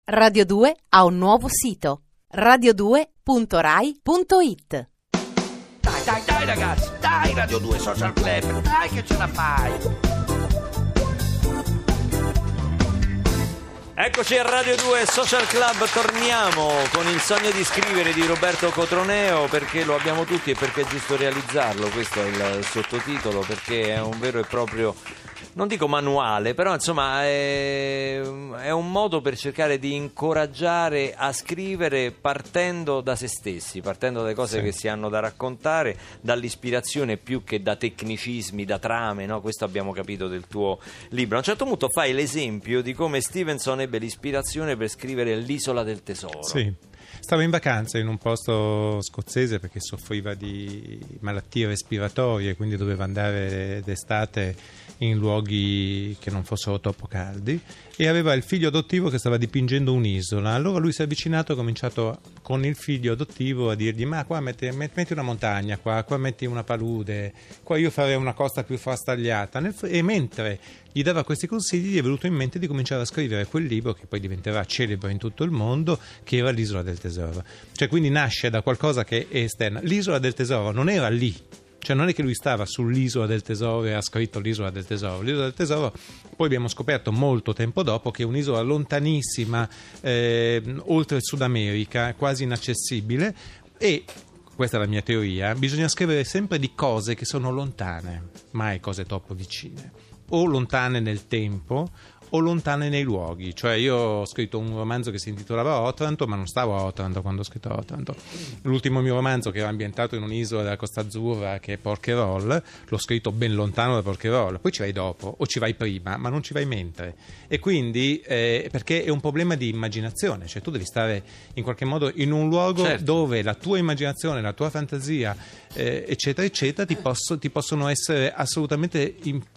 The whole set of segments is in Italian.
Radio 2 ha un nuovo sito: radio2.rai.it. Dai ragazzi, dai Radio 2 Social Club, dai che ce la fai! Eccoci a Radio 2 Social Club, torniamo con Il sogno di scrivere di Roberto Cotroneo, perché lo abbiamo tutti e perché è giusto realizzarlo. Questo è il sottotitolo, perché è un vero e proprio, non dico manuale, però insomma è un modo per cercare di incoraggiare a scrivere partendo da se stessi, partendo dalle cose che si hanno da raccontare, dall'ispirazione più che da tecnicismi, da trame, no? Questo abbiamo capito del tuo libro. A un certo punto fai l'esempio di come Stevenson ebbe l'ispirazione per scrivere L'isola del tesoro. Sì. Stavo in vacanza in un posto scozzese perché soffriva di malattie respiratorie, quindi doveva andare d'estate in luoghi che non fossero troppo caldi, e aveva il figlio adottivo che stava dipingendo un'isola. Allora lui si è avvicinato e ha cominciato con il figlio adottivo a dirgli: ma qua metti una montagna, qua metti una palude, qua io farei una costa più frastagliata. E mentre gli dava questi consigli gli è venuto in mente di cominciare a scrivere quel libro che poi diventerà celebre in tutto il mondo, che era L'Isola del Tesoro. Cioè, quindi nasce da qualcosa che è esterna. L'Isola del Tesoro non era lì, cioè non è che lui stava sull'Isola del Tesoro e ha scritto L'Isola del Tesoro. L'Isola del Tesoro poi abbiamo scoperto molto tempo dopo che è un'isola lontanissima, oltre il Sud America, quasi inaccessibile, e questa è la mia teoria: bisogna scrivere sempre di cose che sono lontane, mai cose troppo vicine, o lontane nel tempo o lontane nei luoghi. Cioè, io ho scritto un romanzo che si intitolava Otranto, ma non stavo a Otranto quando ho scritto Otranto. L'ultimo mio romanzo, che era ambientato in un'isola della Costa Azzurra che è Porquerolles, l'ho scritto ben lontano da Porquerolles. Poi ci vai dopo o ci vai prima, ma non ci vai mentre. E quindi perché è un problema di immaginazione, cioè tu devi stare in qualche modo in un luogo, certo, dove la tua immaginazione, la tua fantasia, eccetera eccetera, ti possono essere assolutamente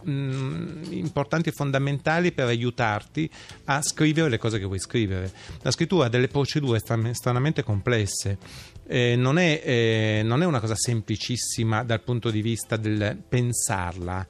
importanti e fondamentali per aiutarti a scrivere le cose che vuoi scrivere. La scrittura ha delle procedure stranamente complesse, non è una cosa semplicissima dal punto di vista del pensarla.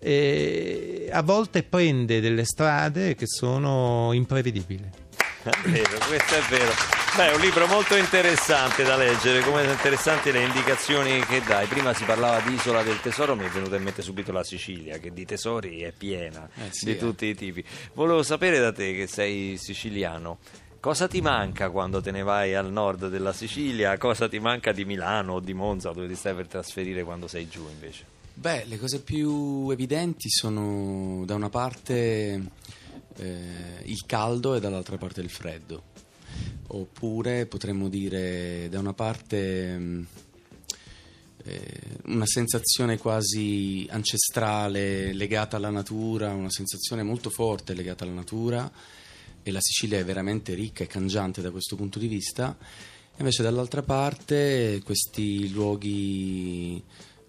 A volte prende delle strade che sono imprevedibili. È vero, questo è vero. Beh, è un libro molto interessante da leggere, come interessanti le indicazioni che dai. Prima si parlava di Isola del Tesoro, mi è venuta in mente subito la Sicilia, che di tesori è piena, di tutti i tipi. Volevo sapere da te, che sei siciliano, cosa ti manca quando te ne vai al nord della Sicilia? Cosa ti manca di Milano o di Monza, dove ti stai per trasferire quando sei giù invece? Beh, le cose più evidenti sono da una parte il caldo e dall'altra parte il freddo. Oppure potremmo dire da una parte una sensazione quasi ancestrale legata alla natura, una sensazione molto forte legata alla natura, e la Sicilia è veramente ricca e cangiante da questo punto di vista. Invece dall'altra parte questi luoghi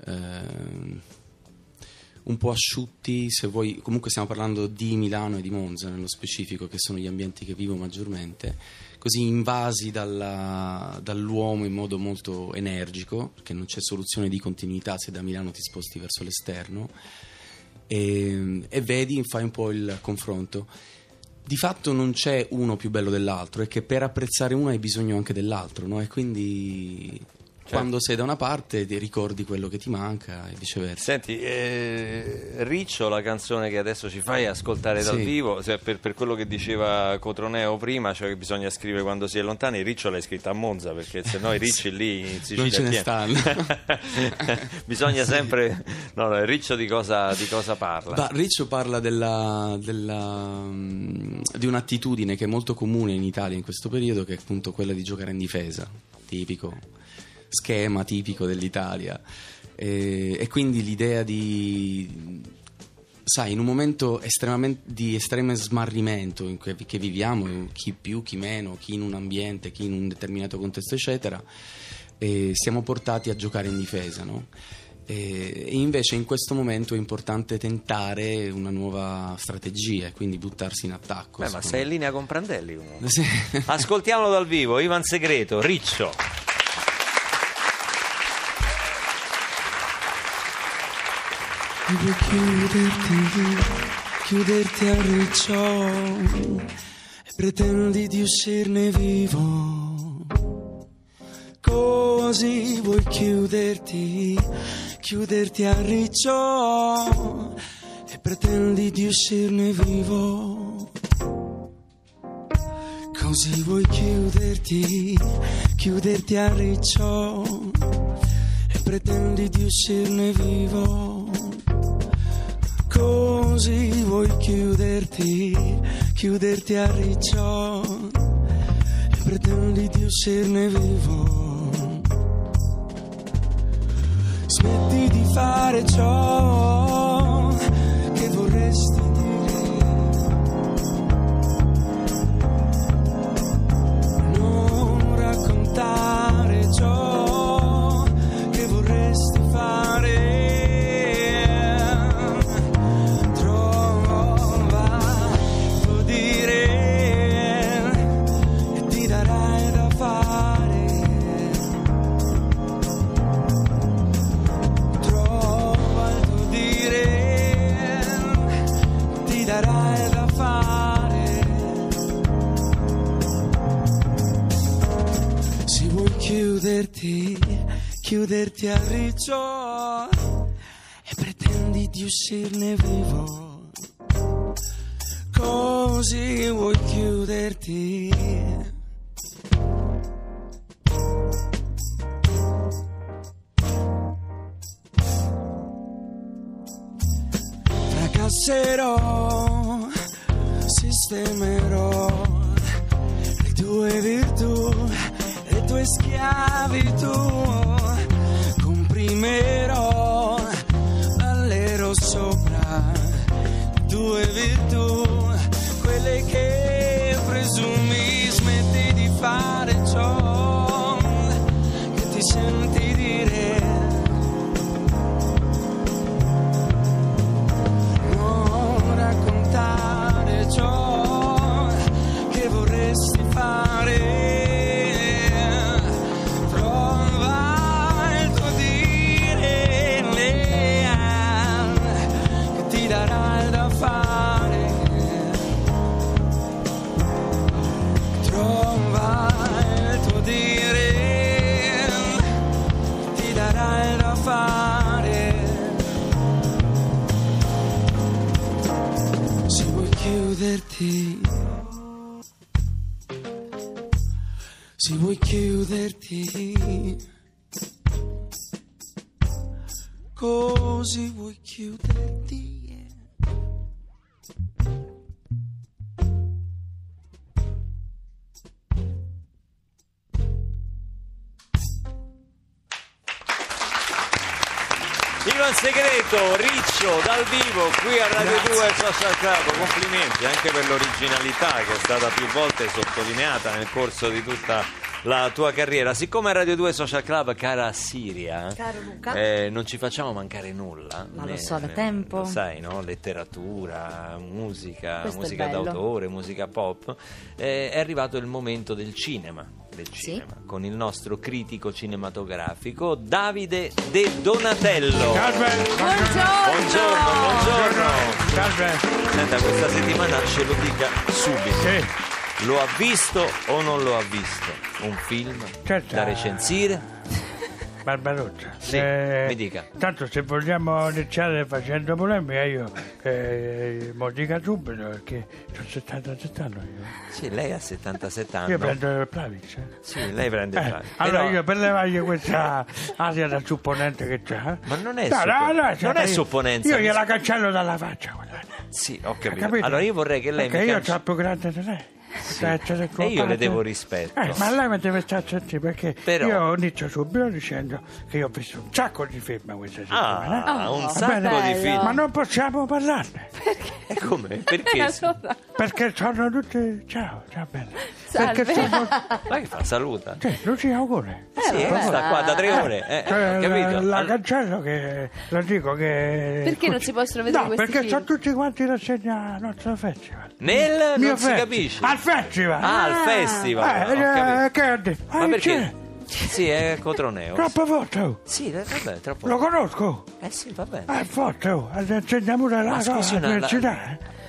un po' asciutti, se vuoi. Comunque stiamo parlando di Milano e di Monza nello specifico, che sono gli ambienti che vivo maggiormente, così invasi dall'uomo in modo molto energico, perché non c'è soluzione di continuità se da Milano ti sposti verso l'esterno, e vedi, fai un po' il confronto. Di fatto non c'è uno più bello dell'altro, è che per apprezzare uno hai bisogno anche dell'altro, no? E quindi quando sei da una parte ti ricordi quello che ti manca e viceversa. Senti, Riccio, la canzone che adesso ci fai ascoltare dal vivo, cioè, per quello che diceva Cotroneo prima, cioè che bisogna scrivere quando si è lontani, Riccio l'hai scritta a Monza, perché se no i ricci lì in Sicilia non ce ne stanno. Bisogna sempre... No, Riccio di cosa parla? Riccio parla di un'attitudine che è molto comune in Italia in questo periodo, che è appunto quella di giocare in difesa, schema tipico dell'Italia, e quindi l'idea di, sai, in un momento di estremo smarrimento che viviamo, chi più, chi meno, chi in un ambiente, chi in un determinato contesto eccetera, siamo portati a giocare in difesa, no? E invece in questo momento è importante tentare una nuova strategia, quindi buttarsi in attacco. Ma sei in linea con Prandelli comunque. Sì. Ascoltiamolo dal vivo, Ivan Segreto, Riccio. Devo chiuderti a riccio e pretendi di uscirne vivo, così vuoi chiuderti a riccio e pretendi di uscirne vivo, così vuoi chiuderti a riccio e pretendi di uscirne vivo, così vuoi chiuderti a riccio e pretendi di uscirne vivo. Smetti di fare ciò che vorresti dire, non raccontare ciò che vorresti fare, trova tuo dire e ti darai da fare. Darai da fare. Se vuoi chiuderti a riccio e pretendi di uscirne vivo, così vuoi chiuderti. Fracasserò, sistemerò le tue virtù, le tue schiavitù, comprimerò, ballerò sopra le tue virtù, quelle che presumi. Smetti di fare ciò che ti senti dire, ciò che vorresti fare, trova il tuo dire che ti darà da fare, trova il tuo dire che ti darà da fare. Se vuoi chiuderti, così vuoi chiuderti. Fino al segreto, Riccio dal vivo qui a Radio 2 Social Club. Complimenti anche per l'originalità che è stata più volte sottolineata nel corso di tutta la tua carriera. Siccome a Radio 2 Social Club, cara Siria, caro Luca, non ci facciamo mancare nulla. Ma lo so da tempo. Lo sai, no? Letteratura, musica, Questo musica è bello. d'autore, musica pop. È arrivato il momento del cinema. Con il nostro critico cinematografico Davide De Donatello. Buongiorno. Senta, questa settimana ce lo dica subito. Sì. Lo ha visto o non lo ha visto? Un film Certo. da recensire? Barbarossa. Sì, mi dica. Tanto se vogliamo iniziare facendo polemica io mo dica subito perché sono 77 anni io. Sì, lei ha 77 anni. Io prendo il Plavix. Sì, lei prende il Plavix. Allora Però- io per levargli questa aria da supponente che c'ha. Ma non è No, non è supponenza. Io gliela cancello dalla faccia, guardate. Sì, ho capito. Capito? Allora io vorrei che lei perché mi io sono più grande di lei. Sì. E io le devo rispetto. Ma lei mi deve stare sentire perché Però- io inizio subito dicendo che io ho visto un sacco di film questa settimana. Un Va sacco bene. di film. Ma non possiamo parlarne E come? Perché? perché sono tutti. Ciao bella. Salve. Perché sono. Ma che fa? Saluta. Sì, Lucia auguri. Sì, vabbè. sta qua da 3 ore. Cioè, Capito? la cancello che lo dico che. Perché non si possono vedere No, questi perché film? sono tutti quanti rassegna al nostro festival. Nel Mio non si festival. capisce. Al festival. Ah, al festival. Ho capito. Che ho detto? Ma perché? C'è. Sì, è Cotroneo. Troppo forte, oh. Sì, vabbè, troppo. Lo conosco. Sì, va bene. È forte, oh. Insegna pure la Ma scusi, all'università.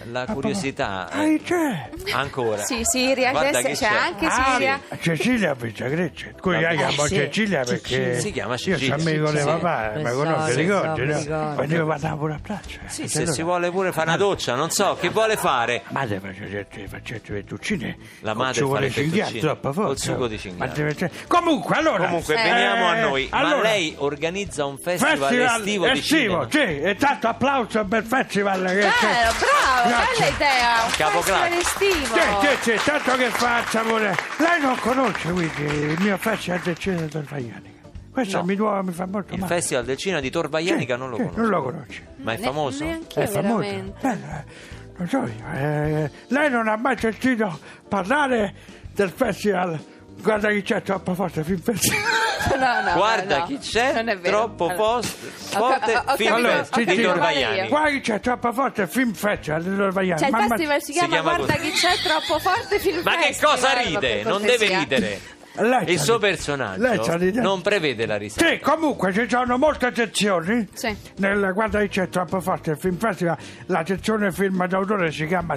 la curiosità. C'è. Ancora. Sì, Siria, Guarda c'è che c'è. anche Siria. Cecilia Pizzagreccia. Qui io chiamo sì. Cecilia perché Si chiama io Cecilia. sono amico di Sì. papà, mi conosce, Sì, ricordi, mi no? ricordo. Quindi io vado pure a piazza. Sì, se si vuole pure fare una doccia, non so, che vuole fare? Madre faccio certe fettuccine. La col madre sugo fa le di cinghiale, fettuccine. troppo forte. Col sugo di cinghiale. Comunque, allora. Comunque, veniamo a noi. Ma allora, lei organizza un festival estivo di cinema? sì, e tanto applauso per il festival che c'è. Bravo, Grazie. bella idea. Un Capoclasse. festival estivo. Sì, tanto che faccia pure. Lei non conosce quindi il mio festival del cinema di Torvaianica. Questo No. mi fa molto Il male. Festival del Cinema di Tor Vaianica non lo conosco. Non lo conosce. Ma è famoso? Neanch'io È famoso. veramente. Non so io. Lei non ha mai sentito parlare del festival? Guarda chi c'è troppo forte film festival. No, Guarda no. chi c'è, Non è vero. troppo Allora, forte, ho film capito, fest ho di capito Tor qual è Vaianica. io. Guarda chi c'è troppo forte film festival di Torvaianica. Cioè, il Mamma- festival si chiama chiama Guarda così. chi c'è troppo forte film Ma che festival. cosa Ma ride? per Non deve cortesia. ridere. Lei Il c'ha suo ridere. personaggio Lei c'ha ridere. non prevede la risata. Sì, comunque ci sono molte sezioni. Sì. Guarda che c'è troppo forte il film festival. La sezione film d'autore si chiama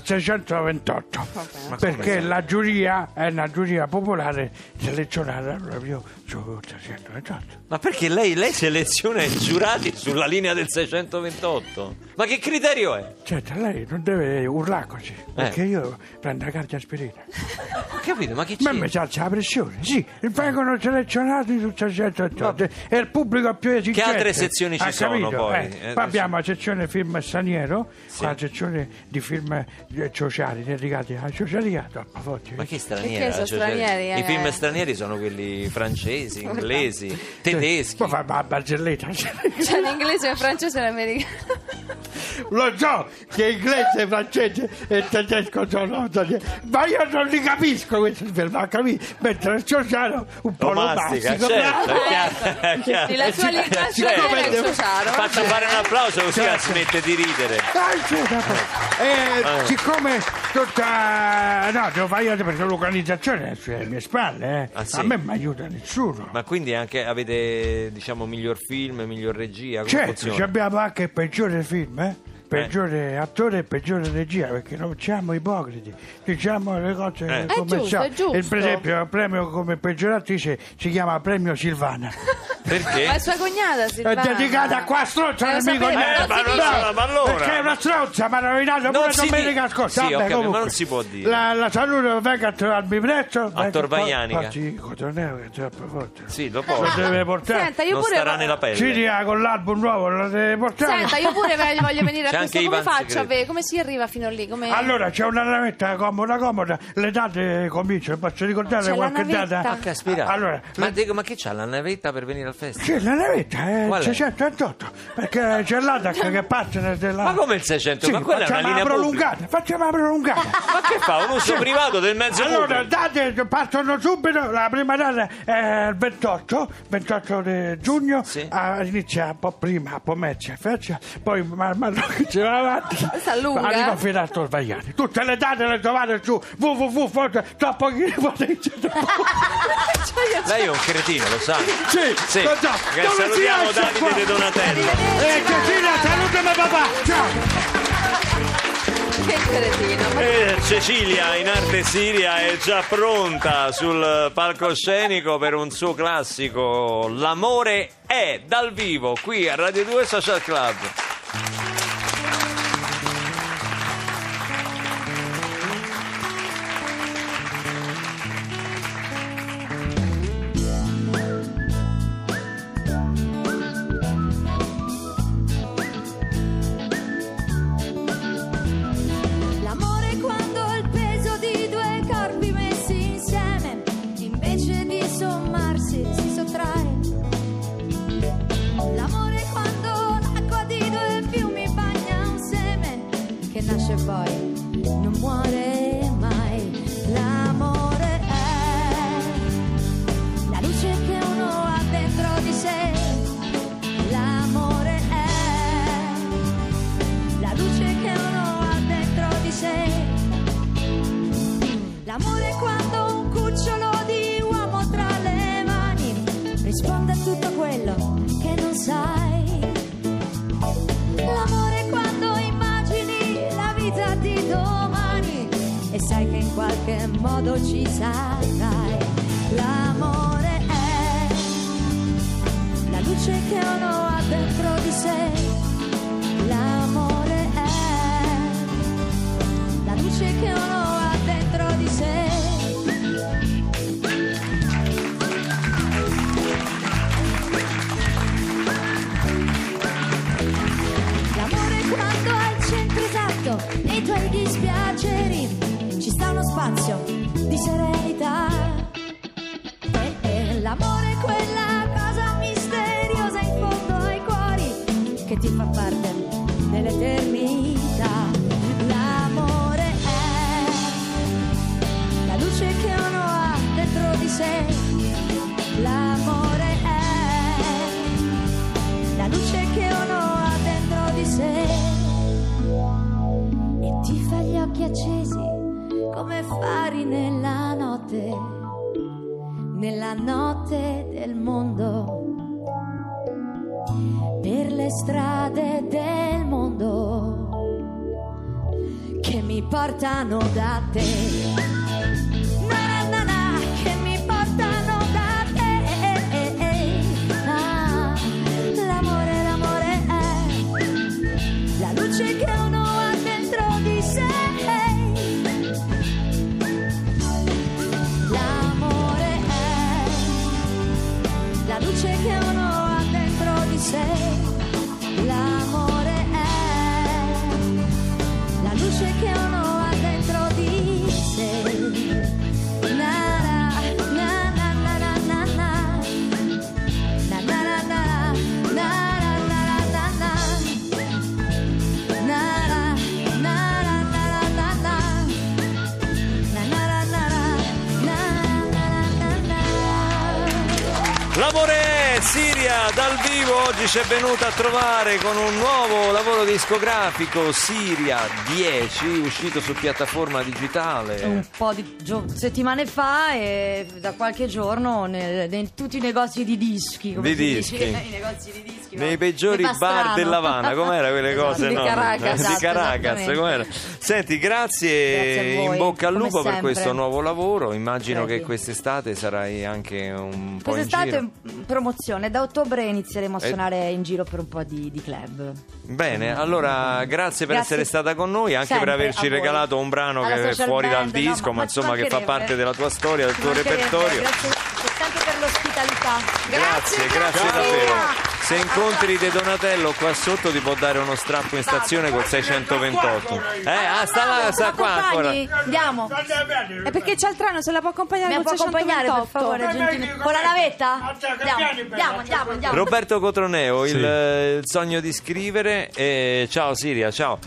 628. Perché la giuria è una giuria popolare selezionata proprio su 628. Ma perché lei seleziona i giurati sulla linea del 628? Ma che criterio è? Certo, lei non deve urlare così, perché io prendo la carta aspirina. Ho capito, ma chi Ma c'è? mi si alza la pressione, sì, vengono selezionati su 628 e il pubblico più esigente. Che altre sezioni ci ha sono, capito? poi? Poi abbiamo la sezione film straniero, la sezione di film sociali dedicati alla socialità, troppo forti. Ma che stranieri? Perché sono stranieri, I film stranieri sono quelli francesi, inglesi, tedeschi. Poi fa la barzelletta. C'è l'inglese, il francese e l'americano. Lo so che inglese, francese e tedesco sono italiani, ma io non li capisco questi film, ma capito? Mentre il sociale un po' lo Mastica, mastico. certo, è chiaro, è chiaro. La sua lingua straniera è il sociale. Faccio fare un applauso così la smette di ridere. Siccome tutta no, devo fare io perché l'organizzazione è sulle mie spalle, Ah, sì? a me mi aiuta nessuno. Ma quindi anche avete, diciamo, miglior film, miglior regia? Come Certo, funziona? ci abbiamo anche il peggiore film, peggiore attore e peggiore regia, perché non siamo ipocriti, diciamo le cose È come giusto, sono. è giusto. Per esempio il premio come peggiore attrice si chiama premio Silvana, Perché? Ma è sua cognata, è Silvana. dedicata a qua stronza Lo del mio sapevo, cognato. non si dice. ma allora? Perché è una stronza, mi ha rovinato pure si domenica di- scorsa. Sì, ho Vabbè, capito, ma comunque, non si può dire. La saluto, venga a trovarmi presto. A Tor Vaianica. Sì, Cotoneo che è troppo forte. Sì, lo Lo posso. deve portare. Senta, io Non pure starà nella pelle. Ciria con l'album nuovo, lo deve portare. Senta, io pure voglio venire a C'è questo. anche Come Ivan faccio a Segreto. vedere? Come si arriva fino lì? Come... Allora c'è una navetta comoda, le date cominciano, posso ricordare C'è la qualche navetta? data? Ah, Caspita. Allora, Ma che c'ha la navetta per venire al festival? sì, la navetta è Qual è? 628, perché c'è l'ADAC che è partner della... Ma come il 600? Sì, Ma quella è una facciamo linea la pubblica. prolungata, facciamo la prolungata. Ma che fa? Un uso privato del mezzo Allora, pubblico? date partono subito, la prima data è il 28 di giugno, Sì. inizia un po' prima, a pomeriggio, poi man mano che ci va avanti, Si allunga. arriva fino a Tor Vaianica. Tutte le date le trovate su www. Lei è un cretino, lo sa? Sì, lo so. Che Dove si salutiamo esce Davide qua? De Donatello. Cecilia, salutami papà, ciao. Che cretino. Ma Cecilia in arte siria è già pronta sul palcoscenico per un suo classico L'amore è dal vivo qui a Radio 2 Social Club. L'amore è quando il peso di due corpi messi insieme, invece di sommarsi, si sottrae. L'amore è quando l'acqua di due fiumi bagna un seme, che nasce poi, non muore mai. L'amore è la luce che uno ha dentro di sé. L'amore è la luce che uno ha dentro di sé. L'amore è quando un cucciolo di uomo tra le mani risponde a tutto quello che non sai. L'amore è quando immagini la vita di qualche modo ci sarai. L'amore è la luce che uno ha dentro di sé. L'amore è la luce che uno ha dentro di sé. L'amore è quando hai il centro esatto nei tuoi dispiaceri, ci sta uno spazio di serenità. E l'amore è quella cosa misteriosa in fondo ai cuori che ti fa parte dell'eternità. L'amore è la luce che uno ha dentro di sé. L'amore è la luce che uno ha dentro di sé. E ti fa gli occhi accesi come fari nella notte del mondo, per le strade del mondo che mi portano da te. Na na na, che mi portano da te. L'amore è la luce che uno ha dentro di sé. La luce che uno ha dentro di sé. L'amore è la luce che uno ha dentro di sé. Na na na na na na na na na na na na L'amore è Siria dal vivo, oggi ci è venuta a trovare con un nuovo lavoro discografico, Siria 10, uscito su piattaforma digitale. Un po' di settimane fa e da qualche giorno in tutti i negozi di dischi. Come Di si dischi. dice, i negozi di dischi. Nei no? peggiori Mi fa bar strano. dell'Havana, com'era quelle Esatto, cose? di no? Caracas. Di Caracas, Esattamente. com'era? Senti, grazie Grazie a voi, in bocca al come lupo per sempre. questo nuovo lavoro. Immagino Prego. che quest'estate sarai anche un po' in Quest'estate giro. in promozione, da ottobre inizieremo a suonare in giro per un po' di club. Bene, allora grazie per Grazie. essere stata con noi, anche Sempre, per averci a voi. regalato un brano Alla che è social fuori dal band, no, disco, ma insomma che fa mancherebbe. parte della tua storia, del tuo Mancherebbe. repertorio. Grazie sempre per l'ospitalità. Grazie davvero. Se incontri De Donatello qua sotto ti può dare uno strappo in stazione col 628. Sta là, sta qua ancora. Andiamo. È perché c'è il treno, se la può accompagnare Mi può col accompagnare per 628? favore, gentilmente? Con la navetta? Andiamo. Roberto Cotroneo, il sogno di scrivere. Ciao Siria, ciao.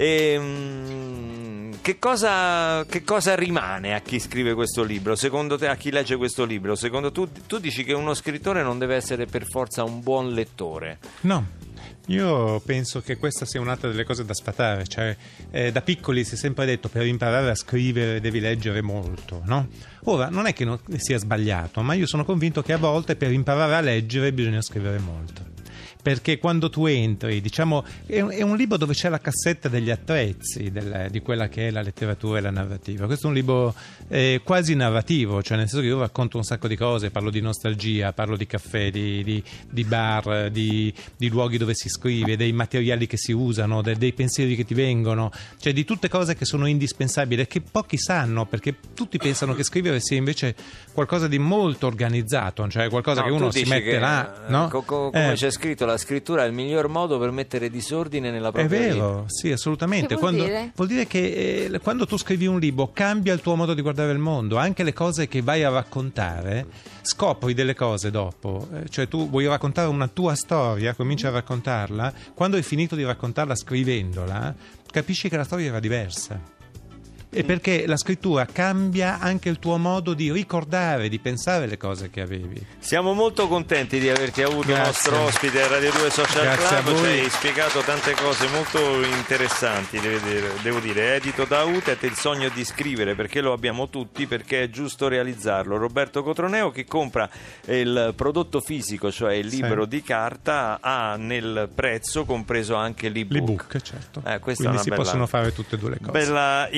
Che cosa rimane a chi scrive questo libro? Secondo te, a chi legge questo libro? Secondo tu dici che uno scrittore non deve essere per forza un buon lettore? No. Io penso che questa sia un'altra delle cose da sfatare, cioè da piccoli si è sempre detto per imparare a scrivere devi leggere molto, no? Ora, non è che non sia sbagliato, ma io sono convinto che a volte per imparare a leggere bisogna scrivere molto. Perché quando tu entri, diciamo, è un libro dove c'è la cassetta degli attrezzi di quella che è la letteratura e la narrativa. Questo è un libro quasi narrativo, cioè nel senso che io racconto un sacco di cose, parlo di nostalgia, parlo di caffè, di bar, di luoghi dove si scrive, dei materiali che si usano, dei pensieri che ti vengono, cioè di tutte cose che sono indispensabili e che pochi sanno, perché tutti pensano che scrivere sia invece qualcosa di molto organizzato, cioè qualcosa che uno si mette là, no? Come c'è scritto, la scrittura è il miglior modo per mettere disordine nella propria vita. È vita. vero, sì, assolutamente. Che vuol dire? Vuol dire che quando tu scrivi un libro cambia il tuo modo di guardare il mondo, anche le cose che vai a raccontare, scopri delle cose dopo, cioè tu vuoi raccontare una tua storia, cominci a raccontarla, quando hai finito di raccontarla scrivendola, capisci che la storia era diversa. E perché la scrittura cambia anche il tuo modo di ricordare, di pensare le cose che avevi. Siamo molto contenti di averti avuto Grazie. nostro ospite a Radio 2 Social Grazie Club. a voi. Ci hai spiegato tante cose molto interessanti, devo dire. Edito da Utet, il sogno di scrivere, perché lo abbiamo tutti, perché è giusto realizzarlo. Roberto Cotroneo, che compra il prodotto fisico, cioè il libro di carta, ha nel prezzo compreso anche l'ebook. L'ebook, certo. Questa Quindi è si una possono fare tutte e due le cose. Bella iniziativa.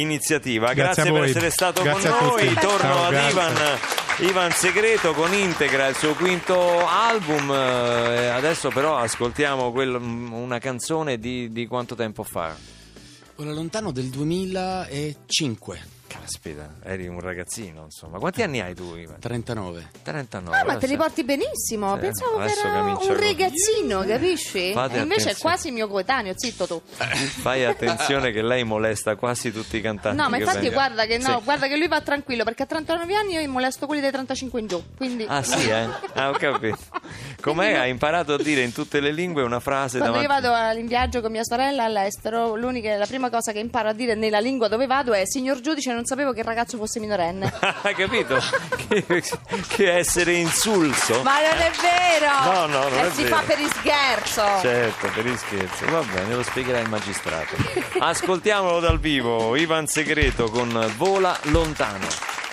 iniziativa. Grazie Grazie a per voi. essere stato Grazie con a noi. tutti. Torno Ciao, ad grazie. Ivan Segreto con Integra, il suo quinto album. Adesso però ascoltiamo una canzone di quanto tempo fa? Vola lontano del 2005. Caspita, eri un ragazzino, insomma. Quanti anni hai tu, Ivan? 39. 39. Ah, ma te li porti benissimo. Sì, Pensavo che adesso era comincio un con- ragazzino, capisci? Fate E invece è attenzione. quasi mio coetaneo, zitto tu. Fai attenzione che lei molesta quasi tutti i cantanti. No, ma che infatti vengono. guarda che no, Sì. guarda che lui va tranquillo, perché a 39 anni io molesto quelli dei 35 in giù. Quindi Ah sì, eh? Ah, ho capito. Com'è? Ha imparato a dire in tutte le lingue una frase quando io davanti... vado in viaggio con mia sorella all'estero, la prima cosa che imparo a dire nella lingua dove vado è: signor giudice, non sapevo che il ragazzo fosse minorenne. Hai capito? Che essere insulso. Ma non è vero! No, no, non è si vero. fa per scherzo. Certo, per gli scherzi. Va bene, lo spiegherà il magistrato. Ascoltiamolo dal vivo, Ivan Segreto con Vola lontano.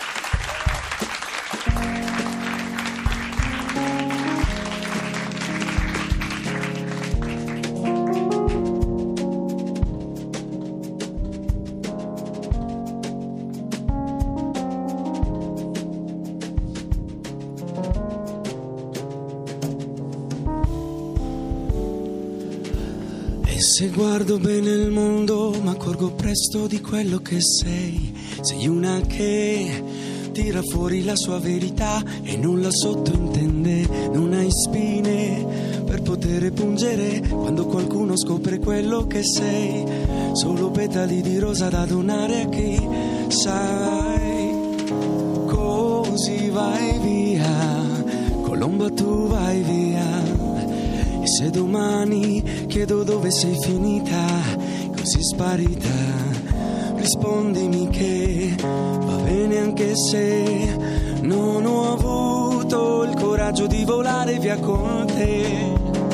E se guardo bene il mondo, mi accorgo presto di quello che sei. Sei una che tira fuori la sua verità e non la sottointende. Non hai spine per poter pungere quando qualcuno scopre quello che sei. Solo petali di rosa da donare a chi sai. Così vai via, Colombo tu vai via. E se domani chiedo dove sei finita, così sparita, rispondimi che va bene anche se non ho avuto il coraggio di volare via con te.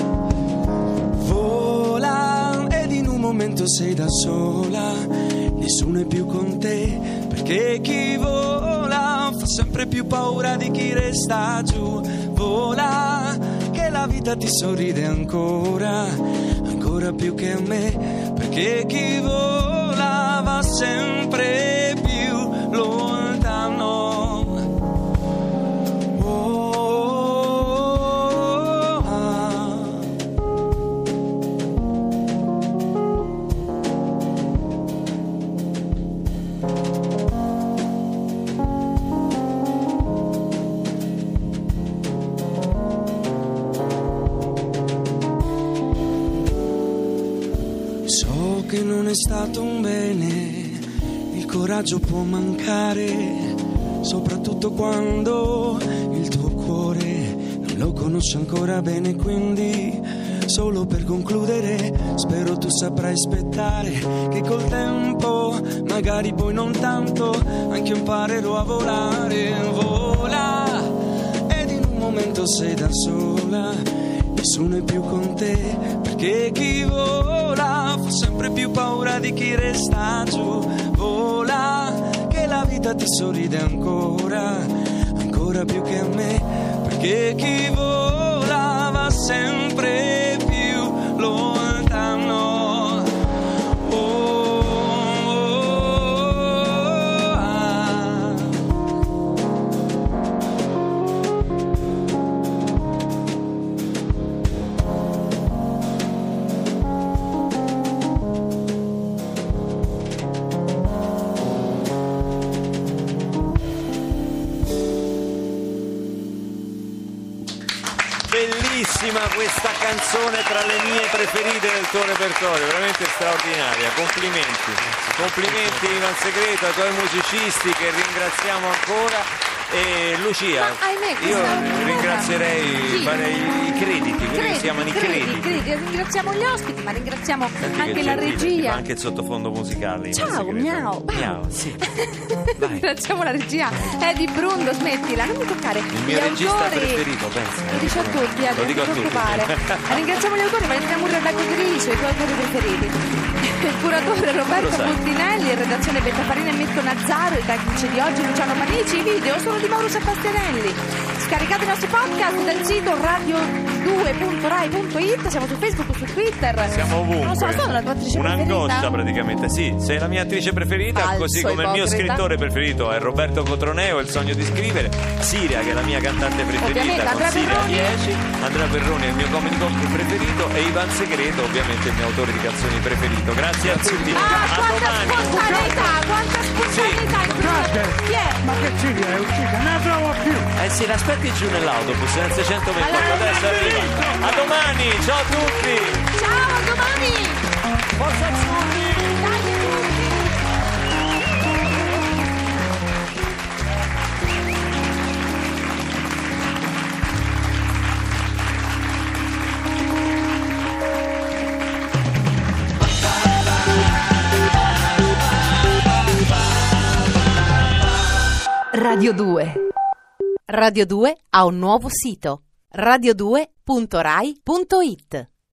Vola ed in un momento sei da sola, nessuno è più con te, perché chi vola fa sempre più paura di chi resta giù. Vola, che la vita ti sorride ancora, ancora più che a me, perché chi vola va sempre più lontano. Oh, ah. So che non è stato un bene, il coraggio può mancare, soprattutto quando il tuo cuore non lo conosce ancora bene, quindi solo per concludere spero tu saprai aspettare che col tempo, magari poi non tanto, anche imparerò a volare. Vola ed in un momento sei da sola, nessuno è più con te, perché chi vola fa sempre più paura di chi resta giù. Vola, che la vita ti sorride ancora, ancora più che a me, perché chi vola va sempre più lontano. Oh, ah. Bellissima questa canzone, tra le mie preferite del tuo repertorio, veramente straordinaria. Complimenti Ivan Segreto, ai tuoi musicisti che ringraziamo ancora. E Lucia, Ma ahimè, io questa- ringrazierei Sì. fare i crediti, quelli che si chiamano i crediti. Ringraziamo gli ospiti, ma ringraziamo Senti che anche la gentile, ti fa regia. anche il sottofondo musicale. Ivan Ciao, Segreto. miau. Miau, sì. Vai. Ringraziamo la regia. Di Brundo, smettila, non mi toccare. Il mio Gli regista autori- preferito, pensa. Lo dice a tutti, Lo non dico ti a tutti. preoccupare. Ringraziamo gli autori, Valentina Murra e Dago Griso, i tuoi autori preferiti. Il curatore Roberto Lo sai. Buttinelli, in redazione Betta Farina e Mirko Nazzaro, i tecnici di oggi Luciano Panici, i video sono di Mauro Sebastianelli. Scaricate i nostri podcast dal sito radio2.rai.it, siamo su Facebook, su Twitter. Siamo ovunque. Non so, sono la tua attrice Un'angoscia preferita. praticamente, sì. Sei la mia attrice preferita, Falso, così come il mio ipocrita. scrittore preferito è Roberto Cotroneo, Il sogno di scrivere. Siria, che è la mia cantante preferita, Ovviamente, con Andrea Siria Perroni. 10. Andrea Perroni è il mio comedy comico preferito e Ivan Segreto, ovviamente il mio autore di canzoni preferito. Grazie a tutti. Ah, A quanta domani. spontaneità, quanta spontaneità in Grazie. questo. Chi è? Ma che Siria è uscita? Non la trovo più. Eh sì, l'aspetti giù nell'autobus, nel 628, Allora, adesso arriva. A domani, ciao a tutti. Ciao, a domani! Forza Azzurri. Dai, tutti! Radio 2. Radio 2 ha un nuovo sito: radio2.rai.it.